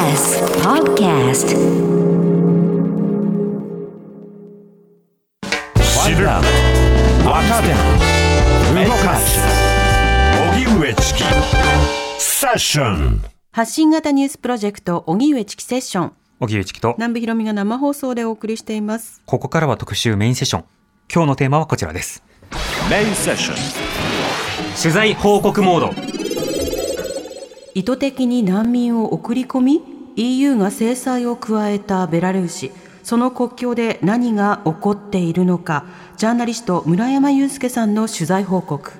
TBS Podcast 知る若手動かす荻上チキセッション。 発信型ニュースプロジェクト荻上チキセッション、 荻上チキと南部ひろみが生放送でお送りしています。 ここからは特集メインセッション。今日のテーマはこちらです。 メインセッション。 取材報告モード。 意図的に難民を送り込み EU が制裁を加えたベラルーシ、その国境で何が起こっているのか、ジャーナリスト村山祐介さんの取材報告。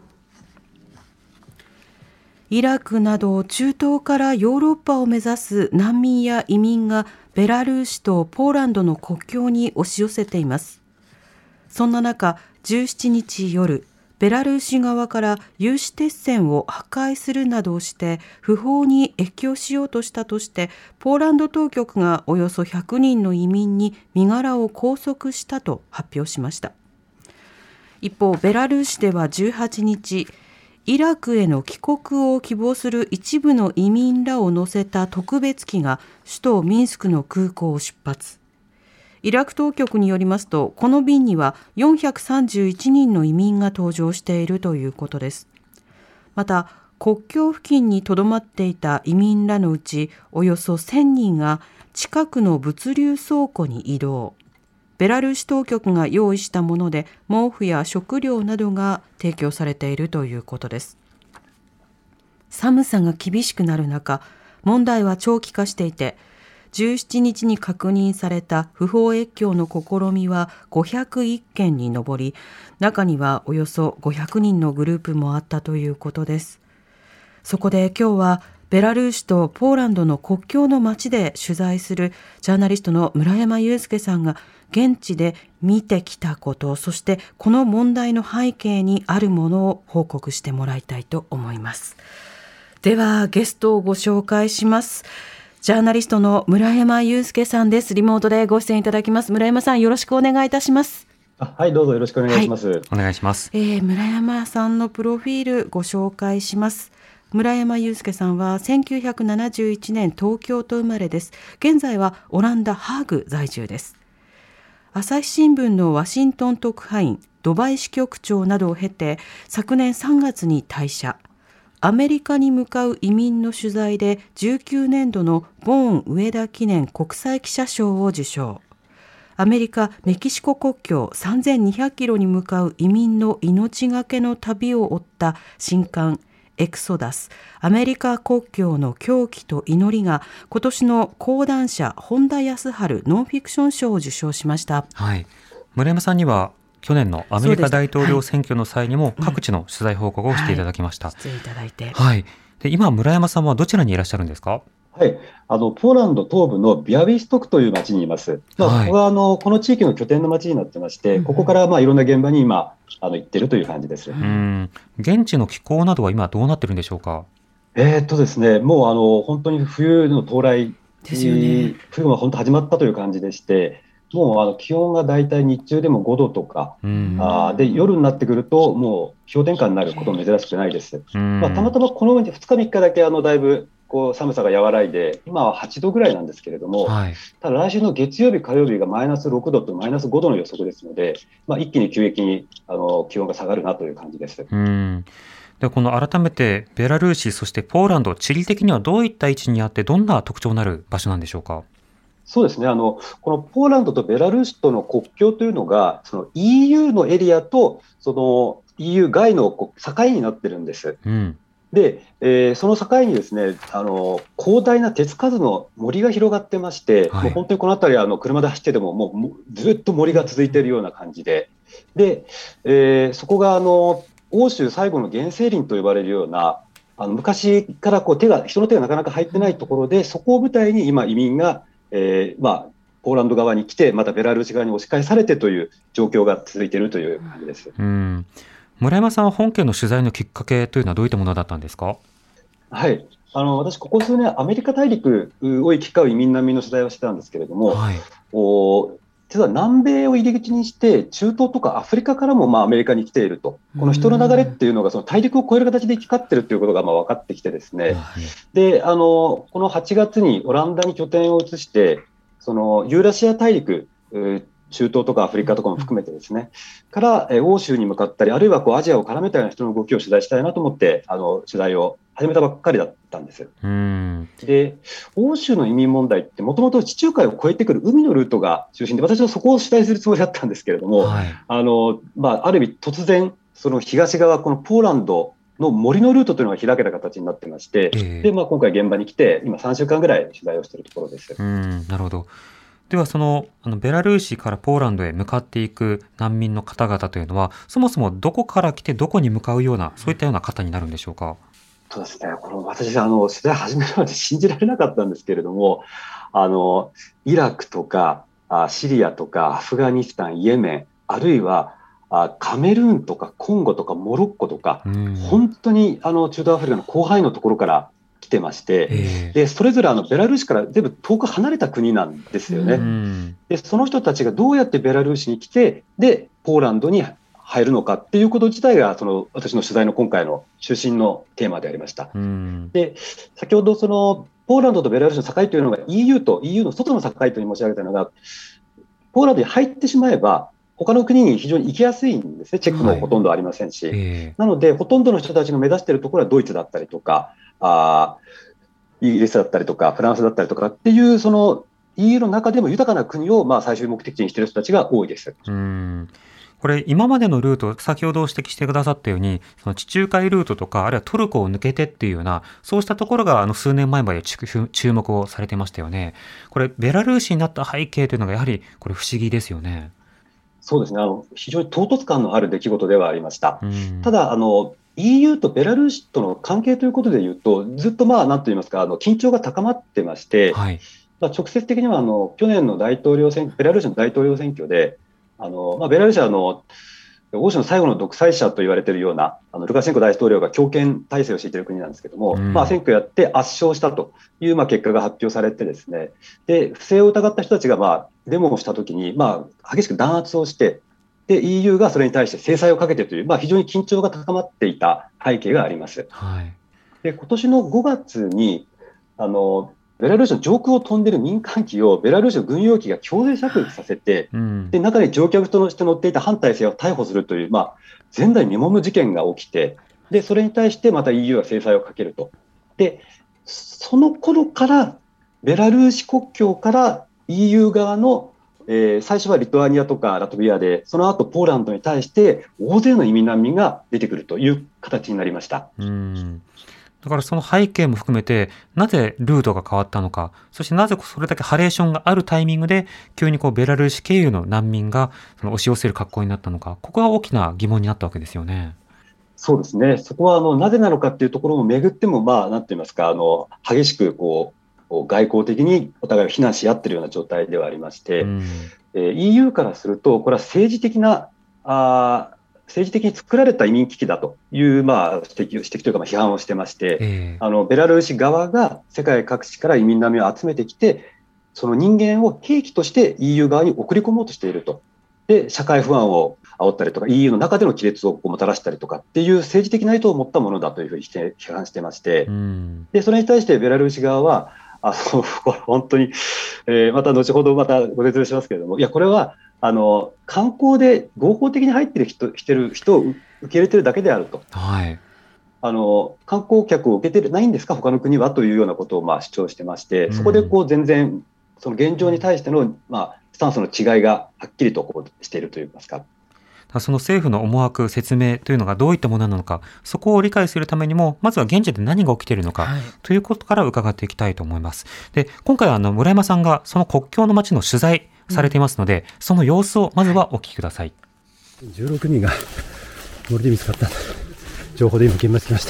イラクなど中東からヨーロッパを目指す難民や移民がベラルーシとポーランドの国境に押し寄せています。そんな中、17日夜、ベラルーシ側から有刺鉄線を破壊するなどして不法に越境しようとしたとして、ポーランド当局がおよそ100人の移民に身柄を拘束したと発表しました。一方、ベラルーシでは18日、イラクへの帰国を希望する一部の移民らを乗せた特別機が首都ミンスクの空港を出発。イラク当局によりますと、この便には431人の移民が搭乗しているということです。また、国境付近にとどまっていた移民らのうちおよそ1000人が近くの物流倉庫に移動。ベラルーシ当局が用意したもので、毛布や食料などが提供されているということです。寒さが厳しくなる中、問題は長期化していて、17日に確認された不法越境の試みは501件に上り、中にはおよそ500人のグループもあったということです。そこで今日はベラルーシとポーランドの国境の街で取材するジャーナリストの村山祐介さんが現地で見てきたこと、そしてこの問題の背景にあるものを報告してもらいたいと思います。ではゲストをご紹介します。ジャーナリストの村山祐介さんです。リモートでご出演いただきます。村山さん、よろしくお願いいたします。 はい、どうぞよろしくお願いします。はい、 お願いします。 村山さんのプロフィールご紹介します。村山祐介さんは1971年東京と生まれです。現在はオランダハーグ在住です。朝日新聞のワシントン特派員、ドバイ支局長などを経て、昨年3月に退社。アメリカに向かう移民の取材で19年度のボーン上田記念国際記者賞を受賞。アメリカ・メキシコ国境3200キロに向かう移民の命がけの旅を追った新刊エクソダス、アメリカ国境の狂気と祈りが今年の講談社本田康晴ノンフィクション賞を受賞しました。 はい、村山さんには去年のアメリカ大統領選挙の際にも各地の取材報告をしていただきました。 出演いただいて、 で今村山さんはどちらにいらっしゃるんですか？ はい、ポーランド東部のビアビストクという町にいます。ここはこの地域の拠点の町になってまして、ここからいろんな現場に今行ってるという感じです。 現地の気候などは今どうなってるんでしょうか？ ですね、もう本当に冬の到来ですよね。 冬が本当始まったという感じでして、もう気温がだいたい日中でも5度とか、で夜になってくるともう氷点下になることも珍しくないです。たまたまこの2日3日だけだいぶ寒さが和らいで、今は8度ぐらいなんですけれども、ただ来週の月曜日火曜日がマイナス6度とマイナス5度の予測ですので、一気に急激に気温が下がるなという感じです。 でこの改めてベラルーシ、そしてポーランド、地理的にはどういった位置にあって、どんな特徴のある場所なんでしょうか？ そうですね、このポーランドとベラルーシとの国境というのが、その EU のエリアとその EU 外の境になってるんです。で、その境にですね、広大な手つかずの森が広がってまして、もう本当にこの辺りは車で走っててももうずっと森が続いているような感じで、そこが欧州最後の原生林と呼ばれるような、昔から人の手がなかなか入ってないところで、そこを舞台に今移民がポーランド側に来て、またベラルーシ側に押し返されてという状況が続いているという感じです。 村山さんは本件の取材のきっかけというのはどういったものだったんですか？ はい、私ここ数年アメリカ大陸を行き交う移民難民の取材をしてたんですけれども、 実は南米を入り口にして中東とかアフリカからもアメリカに来ていると、この人の流れっていうのがその大陸を越える形で行き交っているということが分かってきてですね、でこの8月にオランダに拠点を移してそのユーラシア大陸、中東とかアフリカとかも含めてですね、から欧州に向かったり、あるいはアジアを絡めたような人の動きを取材したいなと思って取材を始めたばっかりだったんです。で、欧州の移民問題ってもともと地中海を越えてくる海のルートが中心で、私はそこを取材するつもりだったんですけれども、ある意味突然その東側、このポーランドの森のルートというのが開けた形になってまして、で今回現場に来て今3週間ぐらい取材をしているところです。 なるほど。ではベラルーシからポーランドへ向かっていく難民の方々というのは、そもそもどこから来てどこに向かうような、そういったような方になるんでしょうか。 そうですね、私取材始めるまで信じられなかったんですけれども、イラクとかシリアとかアフガニスタン、イエメン、あるいはカメルーンとかコンゴとかモロッコとか、本当に中東アフリカの広範囲のところから来てまして、でそれぞれベラルーシから全部遠く離れた国なんですよね。でその人たちがどうやってベラルーシに来て、でポーランドに入るのかっていうこと自体が私の取材の今回の中心のテーマでありました。で先ほどポーランドとベラルーシの境というのが EU と EU の外の境と申し上げたのが、ポーランドに入ってしまえば他の国に非常に行きやすいんですね。チェックもほとんどありませんし、なのでほとんどの人たちが目指しているところはドイツだったりとかイギリスだったりとかフランスだったりとかっていうEU の中でも豊かな国を最終目的地にしている人たちが多いです。 これ今までのルート、先ほど指摘してくださったように地中海ルートとか、あるいはトルコを抜けてっていうような、そうしたところが数年前まで注目をされてましたよね。これベラルーシになった背景というのがやはりこれ不思議ですよね。そうですね、 非常に唐突感のある出来事ではありました。ただEU とベラルーシとの関係ということでいうと、ずっと何と言いますか緊張が高まってまして、直接的には去年のベラルーシの大統領選挙でベラルーシは欧州の最後の独裁者と言われているようなルカシェンコ大統領が強権体制を敷いている国なんですけども、選挙をやって圧勝したという結果が発表されてですね、で不正を疑った人たちがデモをしたときに激しく弾圧をして、で EU がそれに対して制裁をかけてという、非常に緊張が高まっていた背景があります。で今年の5月にベラルーシの上空を飛んでいる民間機をベラルーシの軍用機が強制着陸させて、で中に乗客として乗っていた反体制を逮捕するという、前代未聞の事件が起きて、でそれに対してまた EU が制裁をかけると。でその頃からベラルーシ国境から EU 側の最初はリトアニアとかラトビアで、その後ポーランドに対して大勢の移民難民が出てくるという形になりました。 だからその背景も含めて、なぜルートが変わったのか、そしてなぜそれだけハレーションがあるタイミングで急にベラルーシ経由の難民が押し寄せる格好になったのか、ここが大きな疑問になったわけですよね。 そうですね、そこはなぜなのかというところも巡ってもなんて言いますか激しく外交的にお互いを非難し合っているような状態ではありまして、EU からするとこれは政治的に作られた移民危機だという、指摘というか批判をしてまして、ベラルーシ側が世界各地から移民難民を集めてきて、その人間を兵器として EU 側に送り込もうとしていると。で社会不安を煽ったりとか EU の中での亀裂をもたらしたりとかっていう政治的な意図を持ったものだというふうに批判してまして、でそれに対してベラルーシ側は本当に、また後ほどまたご説明しますけれども、いやこれは観光で合法的に入っている人を受け入れているだけであると、観光客を受けてないんですか他の国はというようなことを主張してまして、そこで全然その現状に対してのスタンスの違いがはっきりとしているといいますか。 その政府の思惑、説明というのがどういったものなのか、そこを理解するためにも、まずは現地で何が起きているのか、ということから伺っていきたいと思います。で、今回は村山さんがその国境の町の取材されていますので、その様子をまずはお聞きください。 16人が森で見つかった情報で今現場に来ました。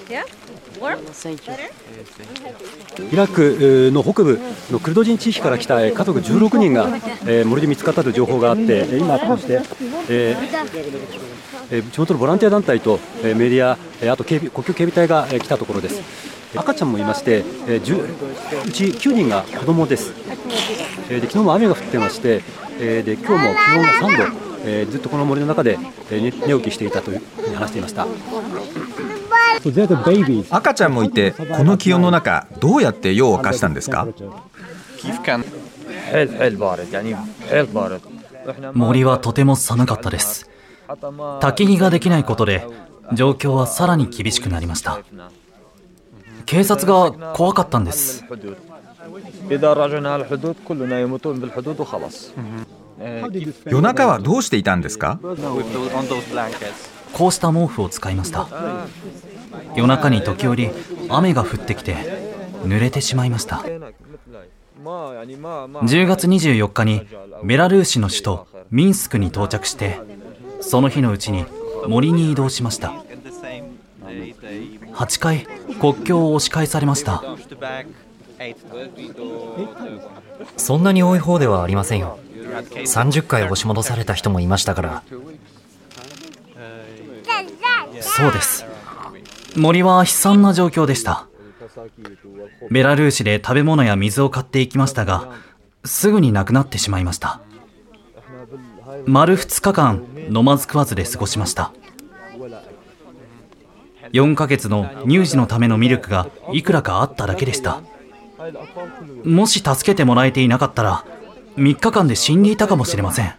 イラクの北部のクルド人地域から来た家族16人が森で見つかったという情報があって、今こうして地元のボランティア団体とメディア、あと国境警備隊が来たところです。赤ちゃんもいまして、うち9人が子供です。で昨日も雨が降ってまして、で今日も気温が3度、ずっとこの森の中で寝起きしていたというふうに話していました。 赤ちゃんもいて、この気温の中どうやって夜を明かしたんですか？ 森はとても寒かったです。焚き火ができないことで状況はさらに厳しくなりました。警察が怖かったんです。 夜中はどうしていたんですか？ こうした毛布を使いました。夜中に時折雨が降ってきて濡れてしまいました。10月24日にベラルーシの首都ミンスクに到着して、その日のうちに森に移動しました。8回国境を押し返されました。 そんなに多い方ではありませんよ。30回押し戻された人もいましたから。 そうです。森は悲惨な状況でした。ベラルーシで食べ物や水を買っていきましたが、すぐになくなってしまいました。丸2日間飲まず食わずで過ごしました。4ヶ月の乳児のためのミルクがいくらかあっただけでした。もし助けてもらえていなかったら3日間で死んでいたかもしれません。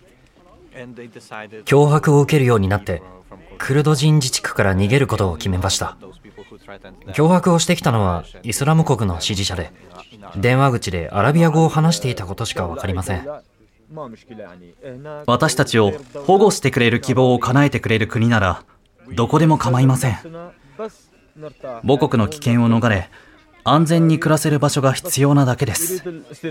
脅迫を受けるようになってクルド人自治区から逃げることを決めました。脅迫をしてきたのはイスラム国の支持者で、電話口でアラビア語を話していたことしか分かりません。 私たちを保護してくれる希望を叶えてくれる国ならどこでも構いません。母国の危険を逃れ安全に暮らせる場所が必要なだけです。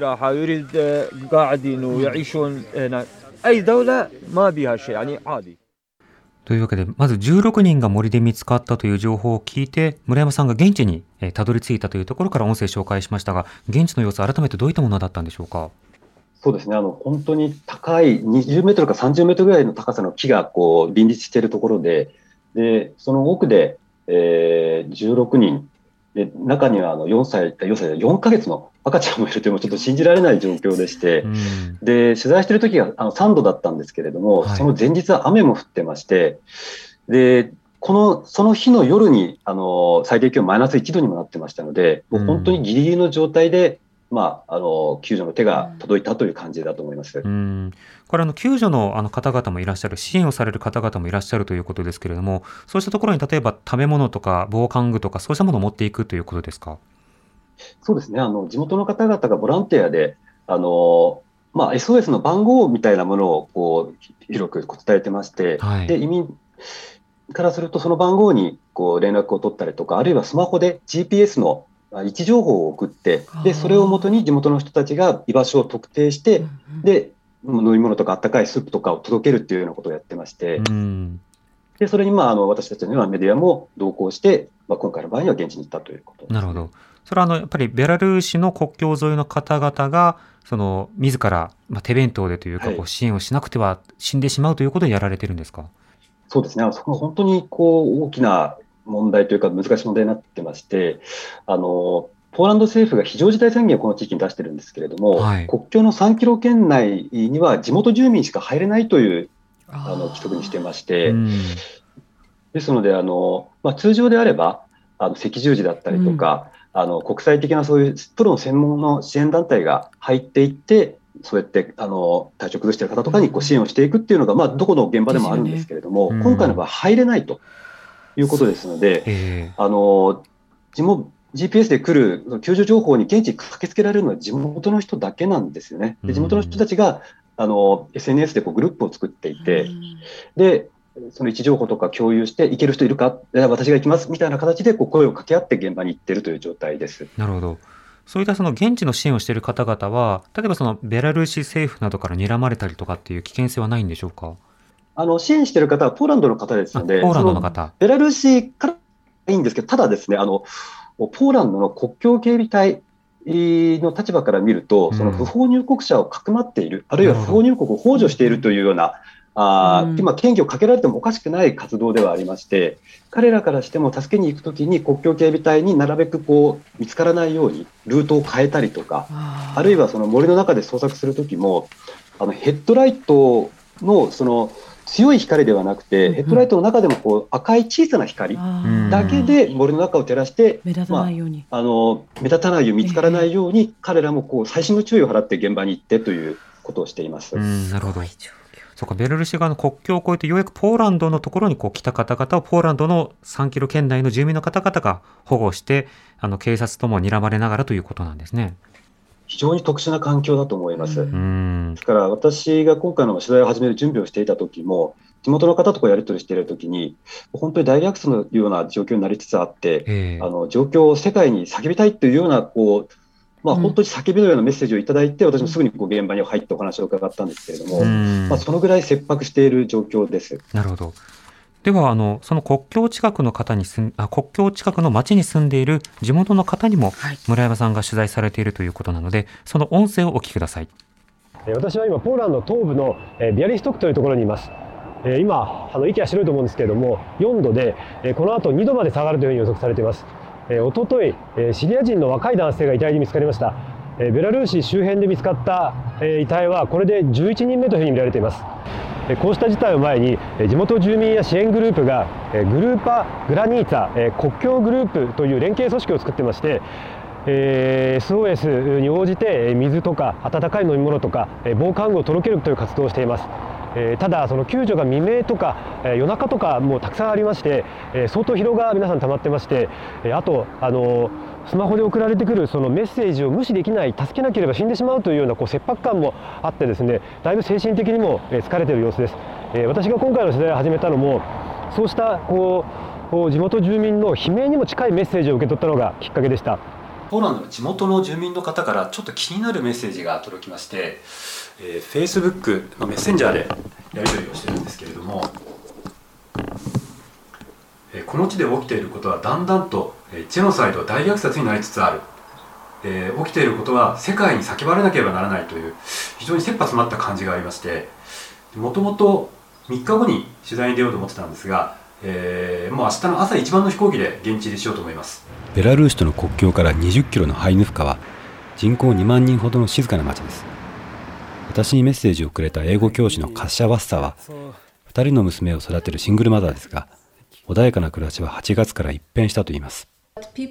というわけで、まず16人が森で見つかったという情報を聞いて、村山さんが現地にたどり着いたというところから音声紹介しましたが、現地の様子、改めてどういったものだったんでしょうか？ そうですね、本当に高い20メートルか30メートルぐらいの高さの木がこう林立しているところで、その奥で、16人で、中には4ヶ月の赤ちゃんもいるという、もうちょっと信じられない状況でして、で取材している時が3度だったんですけれども、その前日は雨も降ってまして、でその日の夜に最低気温マイナス1度にもなってましたので、もう本当にギリギリの状態で、救助の手が届いたという感じだと思います。 これ救助の方々もいらっしゃる、支援をされる方々もいらっしゃるということですけれども、そうしたところに例えば食べ物とか防寒具とかそうしたものを持っていくということですか？ そうですね、地元の方々がボランティアでSOS の番号みたいなものをこう広く伝えてまして、で移民からするとその番号にこう連絡を取ったりとか、あるいはスマホで GPS の位置情報を送って、でそれをもとに地元の人たちが居場所を特定して、で飲み物とかあったかいスープとかを届けるっていうようなことをやってまして、でそれに私たちのようなメディアも同行して、今回の場合には現地に行ったということです。 なるほど。それはやっぱりベラルーシの国境沿いの方々が自ら手弁当でというか支援をしなくては死んでしまうということでやられてるんですか？ そうですね、そこは本当に大きな問題というか難しい問題になってまして、ポーランド政府が非常事態宣言をこの地域に出してるんですけれども、国境の3キロ圏内には地元住民しか入れないという規則にしてまして、ですので通常であれば赤十字だったりとか、国際的なそういうプロの専門の支援団体が入っていって、そうやって体調崩している方とかに支援をしていくっていうのが、どこの現場でもあるんですけれども、今回の場合入れないということですので、GPS で来る救助情報に現地に駆けつけられるのは地元の人だけなんですよね。で地元の人たちがSNS でグループを作っていて、でその位置情報とか共有して、行ける人いるか、私が行きますみたいな形で声を掛け合って現場に行っているという状態です。 なるほど。そういった現地の支援をしている方々は、例えばベラルーシ政府などから睨まれたりとかっていう危険性はないんでしょうか？ 支援している方はポーランドの方ですので、 ポーランドの方、 ベラルーシからいんですけど、ただですね、ポーランドの国境警備隊の立場から見ると、その不法入国者をかくまっている、あるいは不法入国を幇助しているというような、今、検挙をかけられてもおかしくない活動ではありまして、彼らからしても助けに行くときに国境警備隊になるべく見つからないようにルートを変えたりとか、あるいはその森の中で捜索するときも、ヘッドライトの強い光ではなくて、ヘッドライトの中でも赤い小さな光だけで森の中を照らして、目立たないように、見つからないように、彼らも細心の注意を払って現場に行ってということをしています。 なるほど。そうか、ベラルーシ側の国境を越えてようやくポーランドのところに来た方々をポーランドの3キロ圏内の住民の方々が保護して、警察とも睨まれながらということなんですね。 非常に特殊な環境だと思います。ですから私が今回の取材を始める準備をしていた時も、地元の方とやり取りしている時に本当に大虐殺のような状況になりつつあって、状況を世界に叫びたいというような本当に叫びのようなメッセージをいただいて、私もすぐに現場に入ってお話を伺ったんですけれども、そのぐらい切迫している状況です。 なるほど。ではその国境近くの町に住んでいる地元の方にも村山さんが取材されているということなので、その音声をお聞きください。 私は今ポーランド東部のビアリストクというところにいます。今息は白いと思うんですけれども、4度でこの後2度まで下がるというふうに予測されています。おとといシリア人の若い男性が遺体で見つかりました。ベラルーシ周辺で見つかった遺体はこれで11人目というふうに見られています。こうした事態を前に地元住民や支援グループがグルーパ・グラニーツァ国境グループという連携組織を作ってまして、SOS に応じて水とか温かい飲み物とか防寒具を届けるという活動をしています。ただその救助が未明とか夜中とかもたくさんありまして、相当疲労が皆さん溜まってまして、あとスマホで送られてくるそのメッセージを無視できない、助けなければ死んでしまうというような切迫感もあってですね、だいぶ精神的にも疲れている様子です。私が今回の取材を始めたのもそうした地元住民の悲鳴にも近いメッセージを受け取ったのがきっかけでした。 ポーランドの地元の住民の方からちょっと気になるメッセージが届きまして、Facebook のメッセンジャーでやり取りをしているんですけれども、この地で起きていることはだんだんとジェノサイド、大虐殺になりつつある、起きていることは世界に叫ばれなければならないという非常に切羽詰まった感じがありまして、もともと3日後に取材に出ようと思ってたんですが、もう明日の朝一番の飛行機で現地入りしようと思います。ベラルーシとの国境から20キロのハイヌフカは人口2万人ほどの静かな町です。私にメッセージをくれた英語教師のカッシャ・ワッサは2人の娘を育てるシングルマザーですが、穏やかな暮らしは8月から一変したといいます。 ベ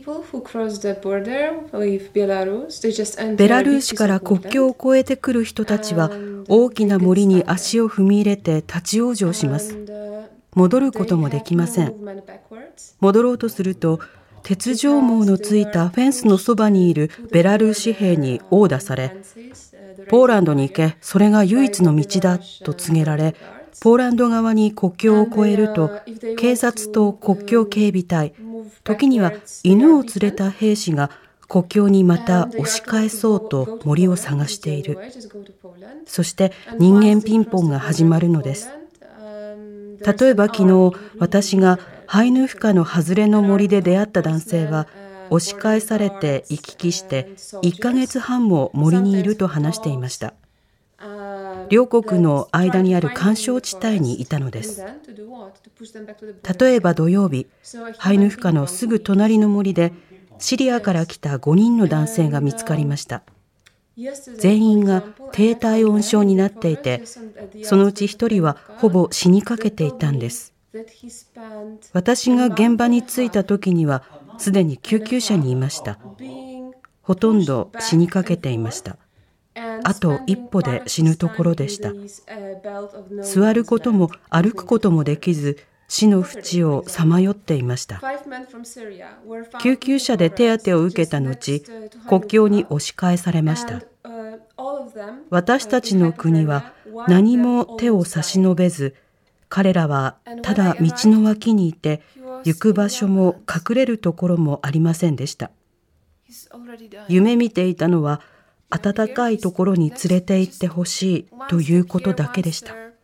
ラルーシから国境を越えてくる人たちは大きな森に足を踏み入れて立ち往生します。戻ることもできません。戻ろうとすると鉄条網のついたフェンスのそばにいるベラルーシ兵に殴打され、ポーランドに行け、それが唯一の道だと告げられ、ポーランド側に国境を越えると警察と国境警備隊、時には犬を連れた兵士が国境にまた押し返そうと森を探している。そして人間ピンポンが始まるのです。例えば昨日、私がハイヌフカの外れの森で出会った男性は、押し返されて行き来して1ヶ月半も森にいると話していました。両国の間にある緩衝地帯にいたのです。例えば土曜日、ハイヌフカのすぐ隣の森でシリアから来た5人の男性が見つかりました。全員が低体温症になっていて、そのうち1人はほぼ死にかけていたんです。私が現場に着いた時にはすでに救急車にいました。ほとんど死にかけていました。あと一歩で死ぬところでした。座ることも歩くこともできず、死の淵をさまよっていました。救急車で手当てを受けた後、国境に押し返されました。私たちの国は何も手を差し伸べず、彼らはただ道の脇にいて、行く場所も隠れるところもありませんでした。夢見ていたのは、暖かいところに連れて行ってほしいということだけでした。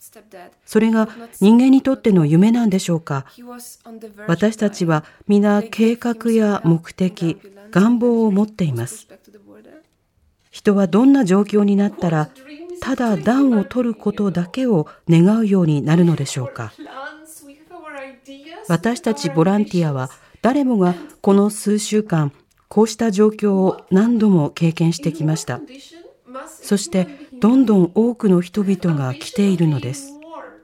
それが人間にとっての夢なんでしょうか。私たちは皆計画や目的、願望を持っています。人はどんな状況になったら、ただ暖を取ることだけを願うようになるのでしょうか。私たちボランティアは誰もがこの数週間、こうした状況を何度も経験してきました。そしてどんどん多くの人々が来ているのです。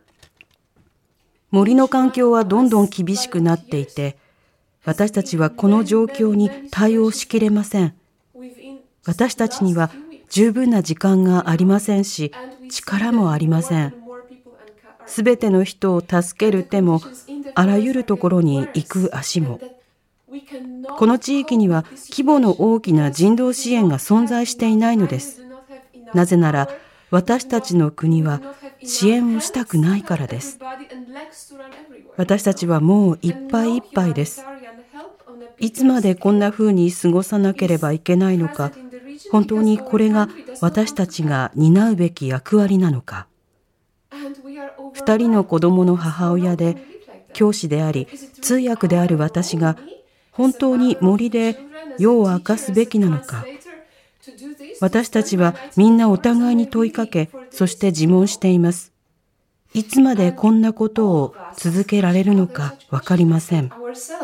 森の環境はどんどん厳しくなっていて、私たちはこの状況に対応しきれません。私たちには十分な時間がありませんし、力もありません。すべての人を助ける手も、あらゆるところに行く足も。この地域には規模の大きな人道支援が存在していないのです。なぜなら、私たちの国は支援をしたくないからです。私たちはもういっぱいいっぱいです。いつまでこんな風に過ごさなければいけないのか、本当にこれが私たちが担うべき役割なのか。2人の子供の母親で、教師であり、通訳である私が、本当に森で夜を明かすべきなのか。私たちはみんなお互いに問いかけ、そして自問しています。いつまでこんなことを続けられるのかわかりません。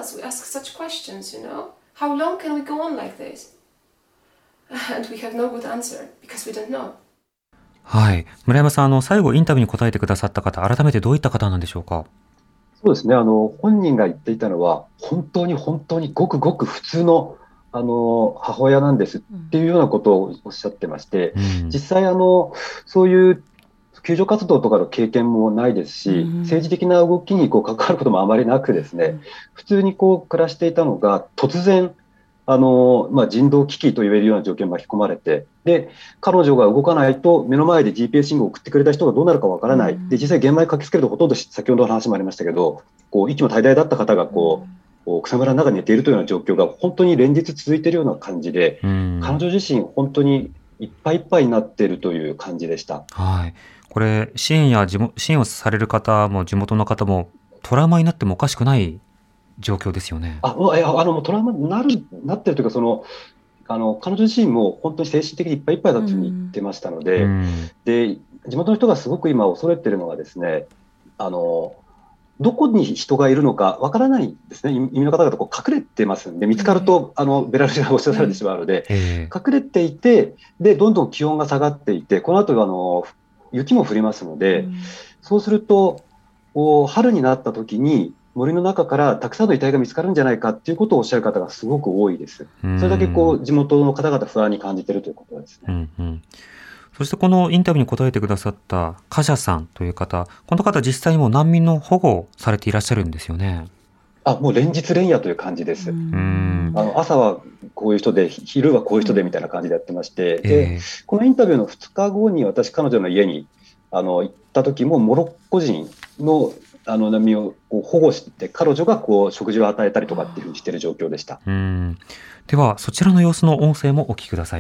はい。村山さん、最後インタビューに答えてくださった方、改めてどういった方なんでしょうか。 そうですね。本人が言っていたのは、本当にごくごく普通の、母親なんですっていうようなことをおっしゃってまして、実際、そういう救助活動とかの経験もないですし、政治的な動きに関わることもあまりなくですね、普通に暮らしていたのが、突然、人道危機と言えるような状況に巻き込まれて、で、彼女が動かないと、目の前で GPS 信号を送ってくれた人がどうなるかわからない。で、実際現場に駆けつけるとほとんど先ほどの話もありましたけど、息も怠大だった方が草むらの中に寝ているというような状況が本当に連日続いているような感じで、彼女自身本当にいっぱいいっぱいになっているという感じでした。 はい。これ、支援をされる方も地元の方もトラウマになってもおかしくない状況ですよね。 トラウマになってるというか、彼女自身も本当に精神的にいっぱいいっぱいだというふうに言ってましたので、で、地元の人がすごく今恐れているのがですね、どこに人がいるのかわからないですね。移民の方々隠れてますんで、見つかるとベラルーシが押し出されてしまうので、隠れていて、でどんどん気温が下がっていて、この後雪も降りますので、そうすると春になった時に森の中からたくさんの遺体が見つかるんじゃないかっていうことをおっしゃる方がすごく多いです。それだけ地元の方々不安に感じているということですね。 そしてこのインタビューに答えてくださったカシャさんという方、この方実際にもう難民の保護をされていらっしゃるんですよね。 もう連日連夜という感じです。朝はこういう人で、昼はこういう人でみたいな感じでやってまして、でこのインタビューの2日後に私、彼女の家に行った時もモロッコ人の難民を保護して、彼女が食事を与えたりとかっていうふうにしている状況でした。 ではそちらの様子の音声もお聞きください。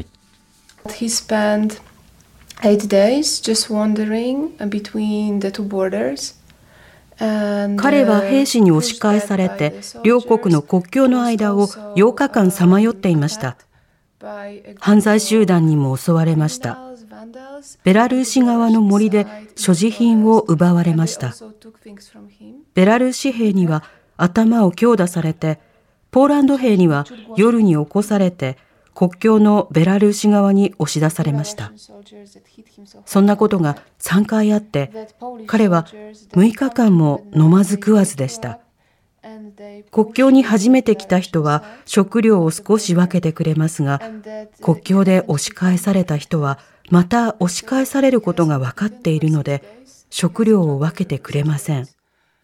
He spent 8 days just wandering between the two borders. 彼は兵士に押し返されて、両国の国境の間を8日間さまよっていました。犯罪集団にも襲われました。ベラルーシ側の森で所持品を奪われました。ベラルーシ兵には頭を強打されて、ポーランド兵には夜に起こされて、国境のベラルーシ側に押し出されました。そんなことが3回あって、彼は6日間も飲まず食わずでした。国境に初めて来た人は食料を少し分けてくれますが、国境で押し返された人はまた押し返されることが分かっているので、食料を分けてくれません。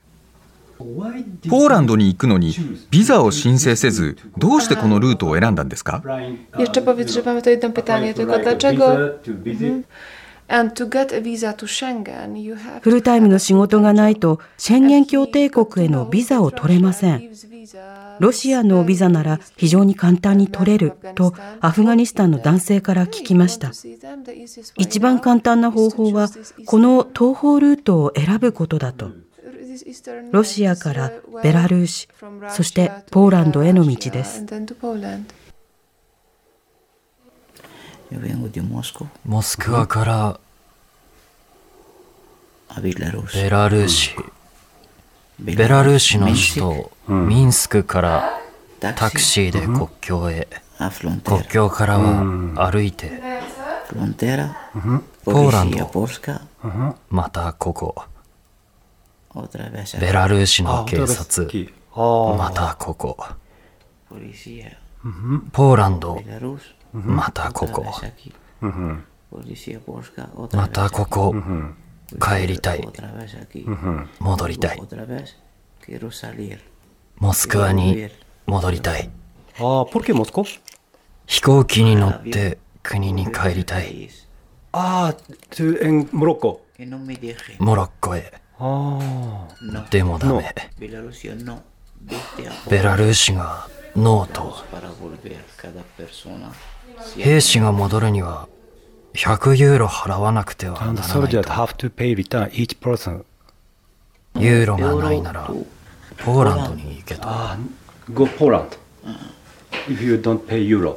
ポーランドに行くのにビザを申請せず、どうしてこのルートを選んだんですか？ Jeszcze powiedz, że mamy to jedno pytanie, tylko dlaczego? And to get a visa to Schengen, you have フルタイムの仕事がないと宣言協定国へのビザを取れません。 ロシアのビザなら非常に簡単に取れるとアフガニスタンの男性から聞きました。一番簡単な方法はこの東方ルートを選ぶことだと。ロシアからベラルーシ、そしてポーランドへの道です。 モスクワからベラルーシ、ベラルーシの首都ミンスクからタクシーで国境へ、国境からは歩いてポーランド、またここベラルーシの警察、またここポーランド、またここまたここ、帰りたい、戻りたい、モスクワに戻りたい、飛行機に乗って国に帰りたい、 モロッコ。 モロッコへ。でもダメ。ベラルーシがノーと。兵士が戻るには100ユーロ払わなくてはならないと。ユーロがないならポーランドに行けと。 Go Poland if you don't pay euro。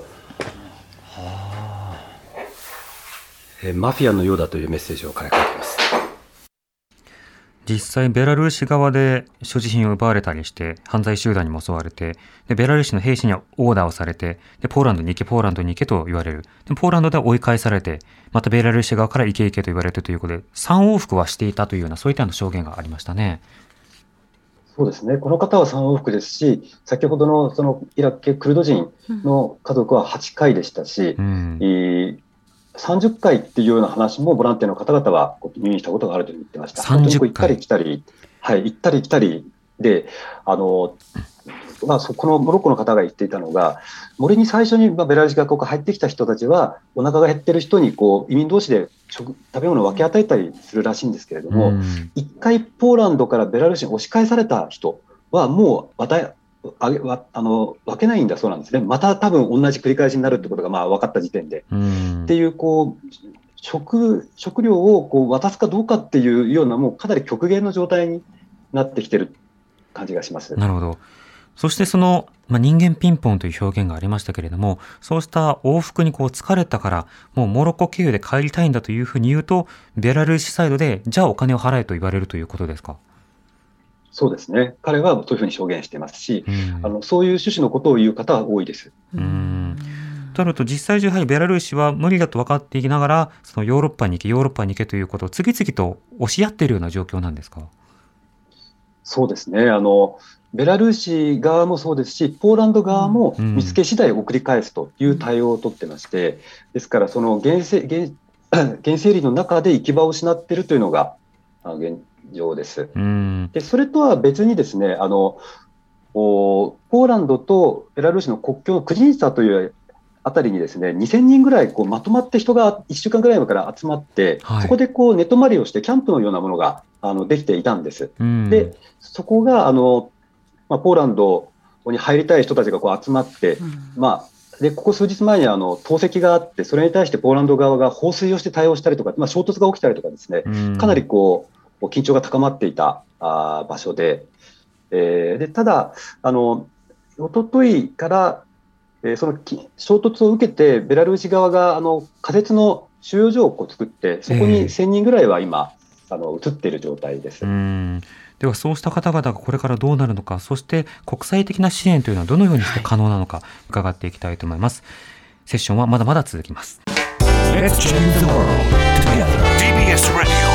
マフィアのようだというメッセージを書いています。 実際ベラルーシ側で所持品を奪われたりして犯罪集団にも襲われて、でベラルーシの兵士にはオーダーをされて、でポーランドに行けポーランドに行けと言われる。でポーランドでは追い返されて、またベラルーシ側から行け行けと言われてということで3往復はしていたというようなそういった証言がありましたね。 そうですね。この方は3往復ですし、先ほどのそのイラク系クルド人の家族は8回でしたし、30回っていうような話もボランティアの方々は耳にしたことがあると言ってました。本当に行ったり来たり、行ったり来たりで、このモロッコの方が言っていたのが、森に最初にベラルーシがここ入ってきた人たちは、お腹が減ってる人に移民同士で食べ物を分け与えたりするらしいんですけれども、一回ポーランドからベラルーシに押し返された人はもう分けないんだそうなんですね。また多分同じ繰り返しになるってことが分かった時点で。っていう食料を渡すかどうかっていうようなもうかなり極限の状態になってきてる感じがします。 なるほど。そしてその、人間ピンポンという表現がありましたけれども、そうした往復に疲れたからもうモロッコ経由で帰りたいんだというふうに言うと、ベラルーシサイドでじゃあお金を払えと言われるということですか？ そうですね。彼はそういうふうに証言してますし、そういう趣旨のことを言う方は多いです。 となると実際上やはりベラルーシは無理だと分かっていきながら、そのヨーロッパに行けということを次々と押し合っているような状況なんですか？ そうですね。ベラルーシ側もそうですし、ポーランド側も見つけ次第送り返すという対応を取ってまして、ですからその原生林の中で行き場を失っているというのが現状です。でそれとは別にですね、ポーランドとベラルーシの国境のクジニツァというあたりにですね、2000人ぐらいまとまって人が1週間ぐらい前から集まって、そこで寝泊まりをしてキャンプのようなものができていたんです。でそこがポーランドに入りたい人たちが集まって、でここ数日前に投石があって、それに対してポーランド側が放水をして対応したりとか、衝突が起きたりとかですね、かなり緊張が高まっていた場所で、ただ一昨日からその衝突を受けてベラルーシ側が仮設の収容所を作って、そこに1000人ぐらいは今移っている状態です。 ではそうした方々がこれからどうなるのか、そして国際的な支援というのはどのようにして可能なのか伺っていきたいと思います。セッションはまだまだ続きます。 Let's change the world together. TBS Radio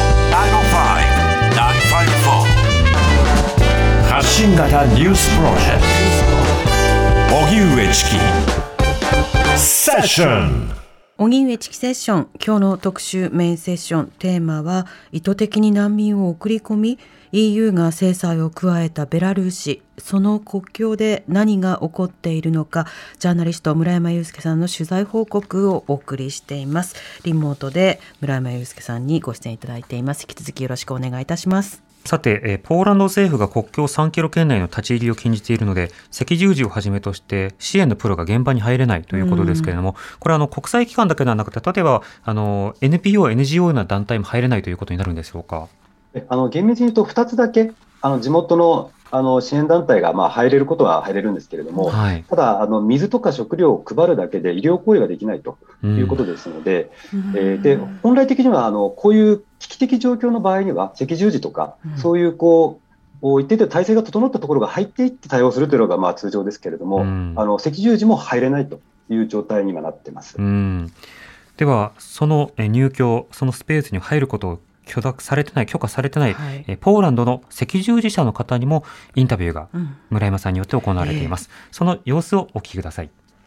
905-954発信型ニュースプロジェクト荻上チキセッション。 荻上チキセッション、今日の特集メインセッション、テーマは意図的に難民を送り込み EU が制裁を加えたベラルーシ、その国境で何が起こっているのか、ジャーナリスト村山祐介さんの取材報告をお送りしています。リモートで村山祐介さんにご出演いただいています。引き続きよろしくお願いいたします。 さて、ポーランド政府が国境3キロ圏内の立ち入りを禁じているので、赤十字をはじめとして支援のプロが現場に入れないということですけれども、これは国際機関だけではなくて、例えばNPO、NGO のような団体も入れないということになるんでしょうか。 厳密に言うと2つだけ地元の支援団体が入れることは入れるんですけれども、はい、ただ水とか食料を配るだけで医療行為ができないということですので、で本来的にはこういう危機的状況の場合には赤十字とか、そういう一定で体制が整ったところが入っていって対応するというのが通常ですけれども、赤十字も入れないという状態に今なっています。 ではその入居、そのスペースに入ることを許可されてない、はい、ポーランドの赤十字社の方にもインタビューが村山さんによって行われています。その様子をお聞きください。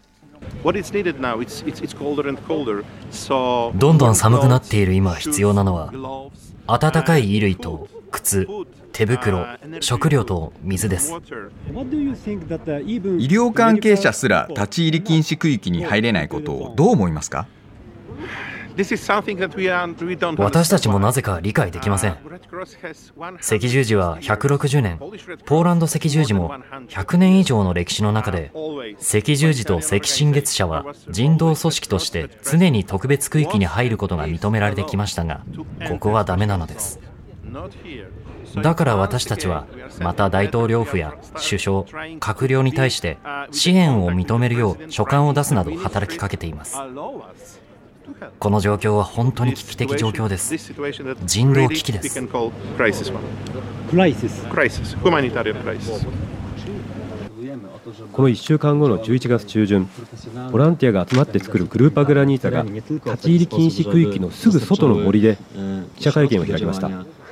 どんどん寒くなっている今必要なのは、暖かい衣類と靴、手袋、食料と水です。医療関係者すら立ち入り禁止区域に入れないことをどう思いますか？ 私たちもなぜか理解できません。赤十字は160年、ポーランド赤十字も100年以上の歴史の中で、赤十字と赤新月社は人道組織として常に特別区域に入ることが認められてきましたが、ここはダメなのです。だから私たちはまた大統領府や首相、閣僚に対して支援を認めるよう書簡を出すなど働きかけています。この状況は本当に危機的状況です。人道危機です。 この1週間後の11月中旬、ボランティアが集まって作るグルーパグラニータが立ち入り禁止区域のすぐ外の森で記者会見を開きました。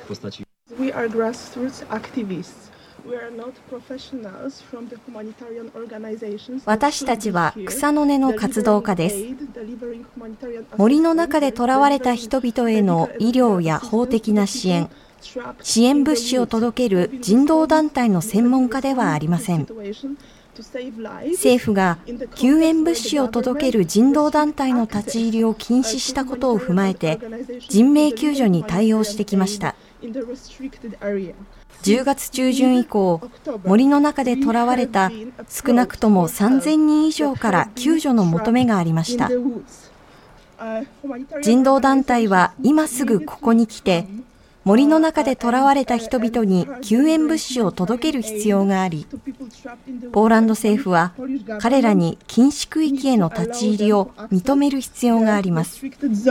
私たちは草の根の活動家です。森の中で囚われた人々への医療や法的な支援物資を届ける人道団体の専門家ではありません。政府が救援物資を届ける人道団体の立ち入りを禁止したことを踏まえて、人命救助に対応してきました。10月中旬以降、森の中で囚われた少なくとも3000人以上から救助の求めがありました。人道団体は今すぐここに来て、森の中で囚われた人々に救援物資を届ける必要があり、ポーランド政府は彼らに禁止区域への立ち入りを認める必要があります。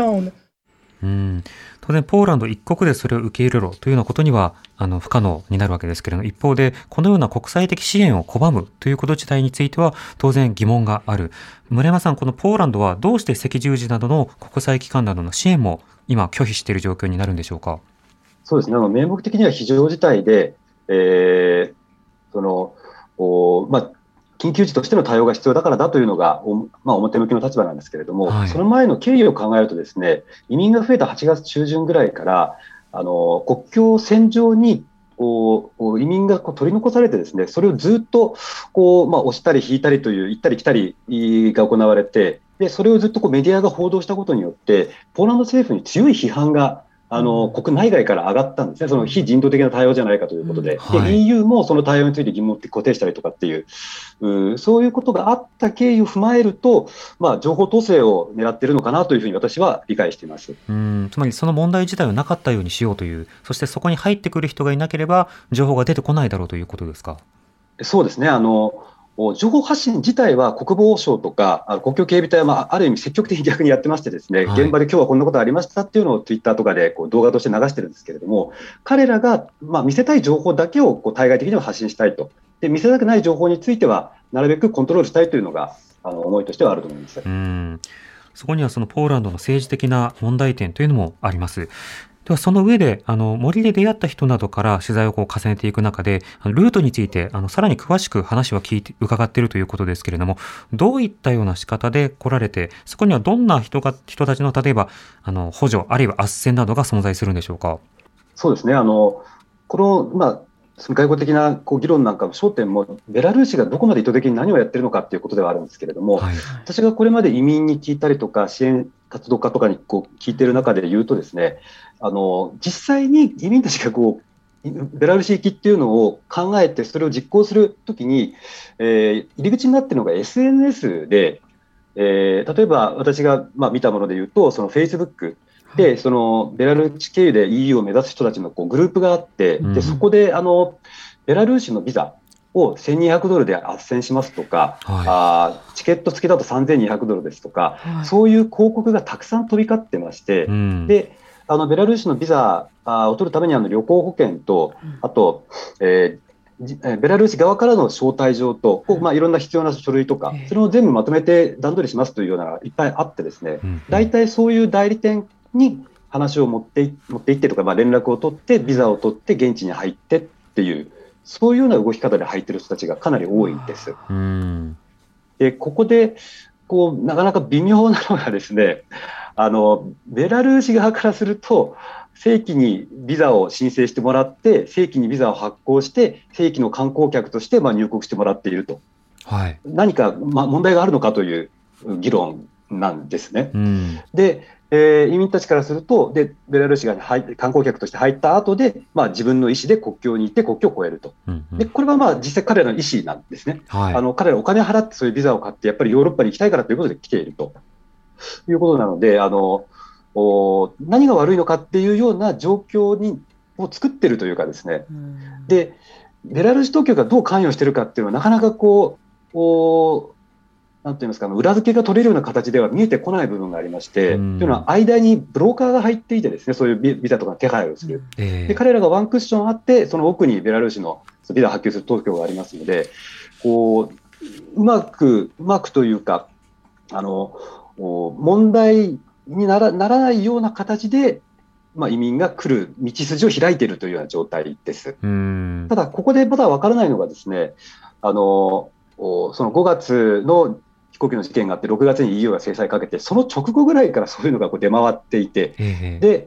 当然ポーランド一国でそれを受け入れろというようなことには不可能になるわけですけれども、一方でこのような国際的支援を拒むということ自体については当然疑問がある。村山さん、このポーランドはどうして赤十字などの国際機関などの支援も今拒否している状況になるんでしょうか？ そうですね、名目的には非常事態で、緊急時としての対応が必要だからだというのが、表向きの立場なんですけれども、はい、その前の経緯を考えるとですね、移民が増えた8月中旬ぐらいから国境線上に移民が取り残されてですね、それをずっと押したり引いたりという行ったり来たりが行われて、でそれをずっとメディアが報道したことによってポーランド政府に強い批判が国内外から上がったんですね。その非人道的な対応じゃないかということで、はい、EU もその対応について疑問を固定したりとかっていう、そういうことがあった経緯を踏まえると、情報統制を狙っているのかなというふうに私は理解しています。 つまりその問題自体をなかったようにしようという、そしてそこに入ってくる人がいなければ情報が出てこないだろうということですか？ そうですね。情報発信自体は国防省とか国境警備隊はある意味積極的に逆にやってましてですね、現場で今日はこんなことありましたっていうのをツイッターとかで動画として流してるんですけれども、彼らが見せたい情報だけを対外的には発信したいと、で見せたくない情報についてはなるべくコントロールしたいというのが思いとしてはあると思います。 そこにはそのポーランドの政治的な問題点というのもあります。ではその上で森で出会った人などから取材を重ねていく中でルートについてさらに詳しく話は伺っているということですけれども、どういったような仕方で来られて、そこにはどんな人たちの例えば補助あるいは斡旋などが存在するんでしょうか？ そうですね、この外交的な議論なんかの焦点もベラルーシがどこまで意図的に何をやっているのかということではあるんですけれども、はい、私がこれまで移民に聞いたりとか支援活動家とかに聞いている中で言うとですね、実際に移民たちがベラルーシ行きっていうのを考えてそれを実行するときに、入り口になっているのが SNS で、例えば私が見たもので言うと、その Facebook でそのベラルーシ経由で EU を目指す人たちのグループがあって、でそこでベラルーシのビザを$1200で斡旋しますとか、チケット付きだと$3200ですとか、そういう広告がたくさん飛び交ってまして、でベラルーシのビザを取るために旅行保険と、あと、ベラルーシ側からの招待状と、いろんな必要な書類とか、それを全部まとめて段取りしますというようなのがいっぱいあってですね、大体そういう代理店に話を持っていってとか、連絡を取って、ビザを取って、現地に入ってっていう、そういうような動き方で入っている人たちがかなり多いんです。でここでなかなか微妙なのがですね、ベラルーシ側からすると、正規にビザを申請してもらって、正規にビザを発行して、正規の観光客として入国してもらっていると、何か問題があるのかという議論なんですね。で移民たちからすると、でベラルーシが観光客として入った後で、自分の意思で国境に行って国境を越えると、でこれは実際彼らの意思なんですね。彼らお金を払ってそういうビザを買って、やっぱりヨーロッパに行きたいからということで来ているということなので、何が悪いのかっていうような状況を作っているというかですね、でベラルーシ当局がどう関与しているかっていうのはなかなかなんて言いますか、裏付けが取れるような形では見えてこない部分がありまして、というのは間にブローカーが入っていてですね、そういうビザとかの手配をする、で彼らがワンクッションあって、その奥にベラルーシのビザを発給する当局がありますので、うまくというか、問題にならないような形で、移民が来る道筋を開いているというような状態です。ただここでまだ分からないのがですね、その5月の飛行機の事件があって、6月に EU が制裁かけて、その直後ぐらいからそういうのが出回っていて、で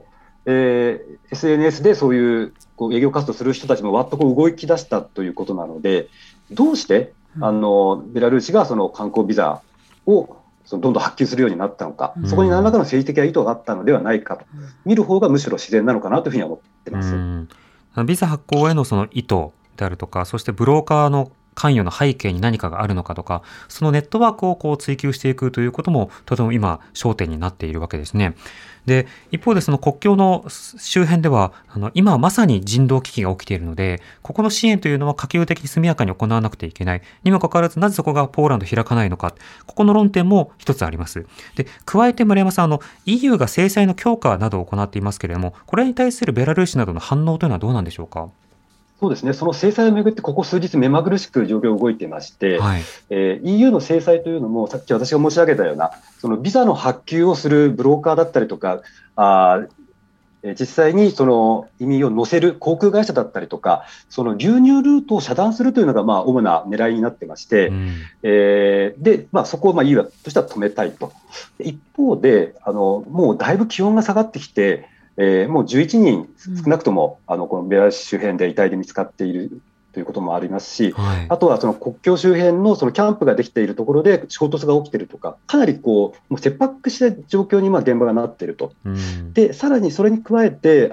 SNS でそういう営業活動する人たちもわっと動き出したということなので、どうしてベラルーシがその観光ビザをどんどん発給するようになったのか、そこに何らかの政治的な意図があったのではないかと見る方がむしろ自然なのかなというふうに思っています。 ビザ発行へのその意図であるとか、そしてブローカーの関与の背景に何かがあるのかとか、そのネットワークを追求していくということもとても今焦点になっているわけですね。で一方でその国境の周辺では今まさに人道危機が起きているので、ここの支援というのは可及的に速やかに行わなくてはいけないにもかかわらず、なぜそこがポーランド開かないのか、ここの論点も一つあります。で加えて丸山さん、EU が制裁の強化などを行っていますけれども、これに対するベラルーシなどの反応というのはどうなんでしょうか。 そうですね、その制裁をめぐってここ数日目まぐるしく状況が動いていまして、EU の制裁というのもさっき私が申し上げたようなそのビザの発給をするブローカーだったりとか、実際にその移民を乗せる航空会社だったりとか、その流入ルートを遮断するというのが主な狙いになってまして、でそこをEU としては止めたいと。一方でもうだいぶ気温が下がってきて、もう11人少なくともこのベラルーシ周辺で遺体で見つかっているということもありますし、あとはその国境周辺のそのキャンプができているところで衝突が起きているとか、かなりもう切迫した状況に現場がなっていると。でさらにそれに加えて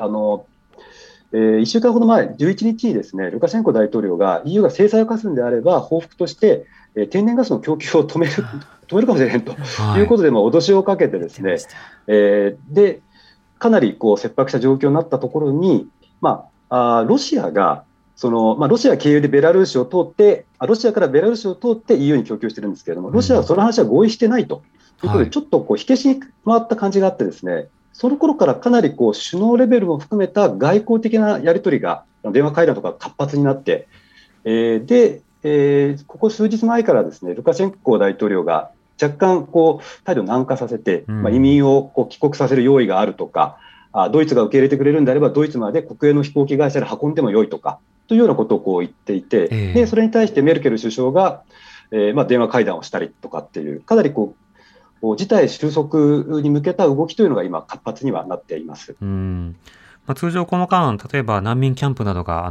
1週間ほど前、11日にですね、ルカシェンコ大統領が EU が制裁を科すんであれば報復として天然ガスの供給を止めるかもしれないということで脅しをかけてですね、でかなり切迫した状況になったところに、ロシアがロシア経由でベラルーシを通って、ロシアからベラルーシを通って EU に供給してるんですけれども、ロシアはその話は合意してないということで、ちょっと火消しに回った感じがあってですね、その頃からかなり首脳レベルも含めた外交的なやり取りが、電話会談とか活発になって、でここ数日前からですね、ルカシェンコ大統領が若干態度を軟化させて、移民を帰国させる用意があるとか、ドイツが受け入れてくれるんであればドイツまで国営の飛行機会社で運んでもよいとかというようなことを言っていて、でそれに対してメルケル首相が、電話会談をしたりとかっていう、かなり事態収束に向けた動きというのが今活発にはなっています。 通常この間、例えば難民キャンプなどが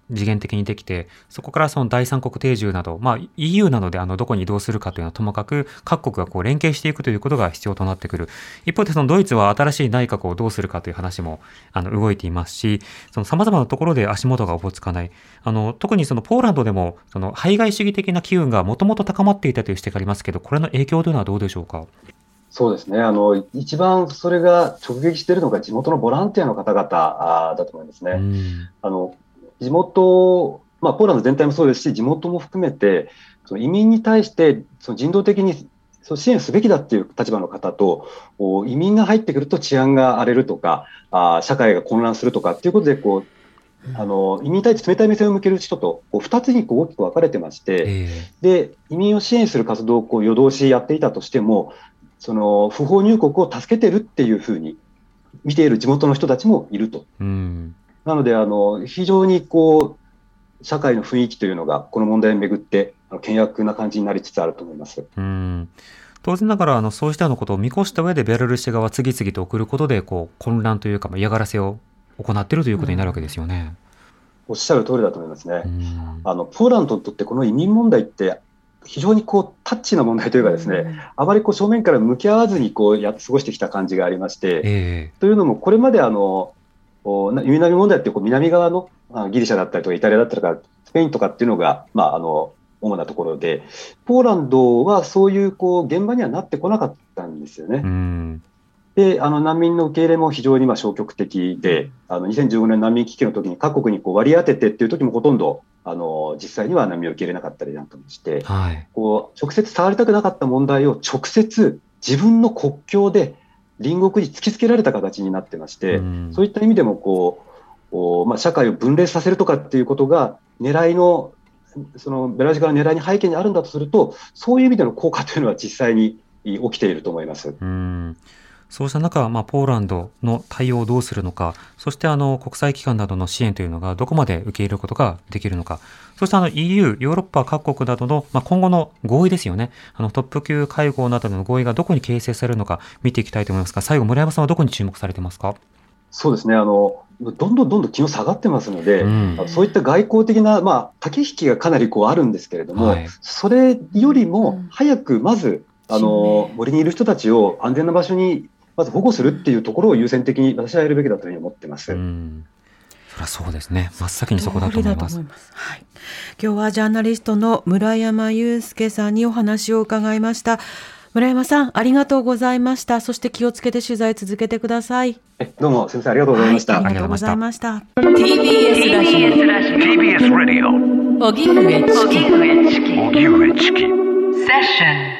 次元的にできて、そこからその第三国定住など、EU などでどこに移動するかというのはともかく、各国が連携していくということが必要となってくる。一方でそのドイツは新しい内閣をどうするかという話も動いていますし、その様々なところで足元がおぼつかない。特にそのポーランドでもその排外主義的な機運がもともと高まっていたという指摘がありますけど、これの影響というのはどうでしょうか。 そうですね。一番それが直撃しているのが地元のボランティアの方々だと思いますね。地元、ポーランド全体もそうですし、地元も含めて、その移民に対してその人道的に支援すべきだっていう立場の方と、移民が入ってくると治安が荒れるとか、社会が混乱するとかっていうことで移民に対して冷たい目線を向ける人と2つに大きく分かれてまして、で移民を支援する活動を夜通しやっていたとしても、その不法入国を助けてるっていうふうに見ている地元の人たちもいると。なので非常に社会の雰囲気というのがこの問題をめぐって険悪な感じになりつつあると思います。 当然ながらそうしたようなことを見越した上でベラルーシ側は次々と送ることで混乱というか嫌がらせを行っているということになるわけですよね。 おっしゃる通りだと思いますね。ポーランドにとってこの移民問題って非常にタッチな問題というかですね、あまり正面から向き合わずに過ごしてきた感じがありまして、というのもこれまで移民問題って南側のギリシャだったりとかイタリアだったりとかスペインとかっていうのが主なところで、ポーランドはそういう現場にはなってこなかったんですよね。で難民の受け入れも非常に消極的で、2015年難民危機の時に各国に割り当ててっていう時もほとんど実際には難民を受け入れなかったりなんかもして、直接触りたくなかった問題を直接自分の国境で隣国に突きつけられた形になってまして、そういった意味でも社会を分裂させるとかっていうことが狙いのそのベラルーシ側の狙いに背景にあるんだとすると、そういう意味での効果というのは実際に起きていると思います。 そうした中、ポーランドの対応をどうするのか、そして国際機関などの支援というのがどこまで受け入れることができるのか、そしてEU、ヨーロッパ各国などの、今後の合意ですよね。トップ級会合などの合意がどこに形成されるのか見ていきたいと思いますが、最後、村山さんはどこに注目されてますか？ そうですね。どんどん気温下がってますので、そういった外交的な、駆け引きがかなりあるんですけれども、それよりも早くまず森にいる人たちを安全な場所にまず保護するっていうところを優先的に私はやるべきだというふうに思ってます。 それはそうですね。真っ先にそこだと思います。 今日はジャーナリストの村山祐介さんにお話を伺いました。村山さん、ありがとうございました。そして気をつけて取材続けてください。 どうも先生、ありがとうございました。 ありがとうございました。 TBS ラジオ荻上チキセッション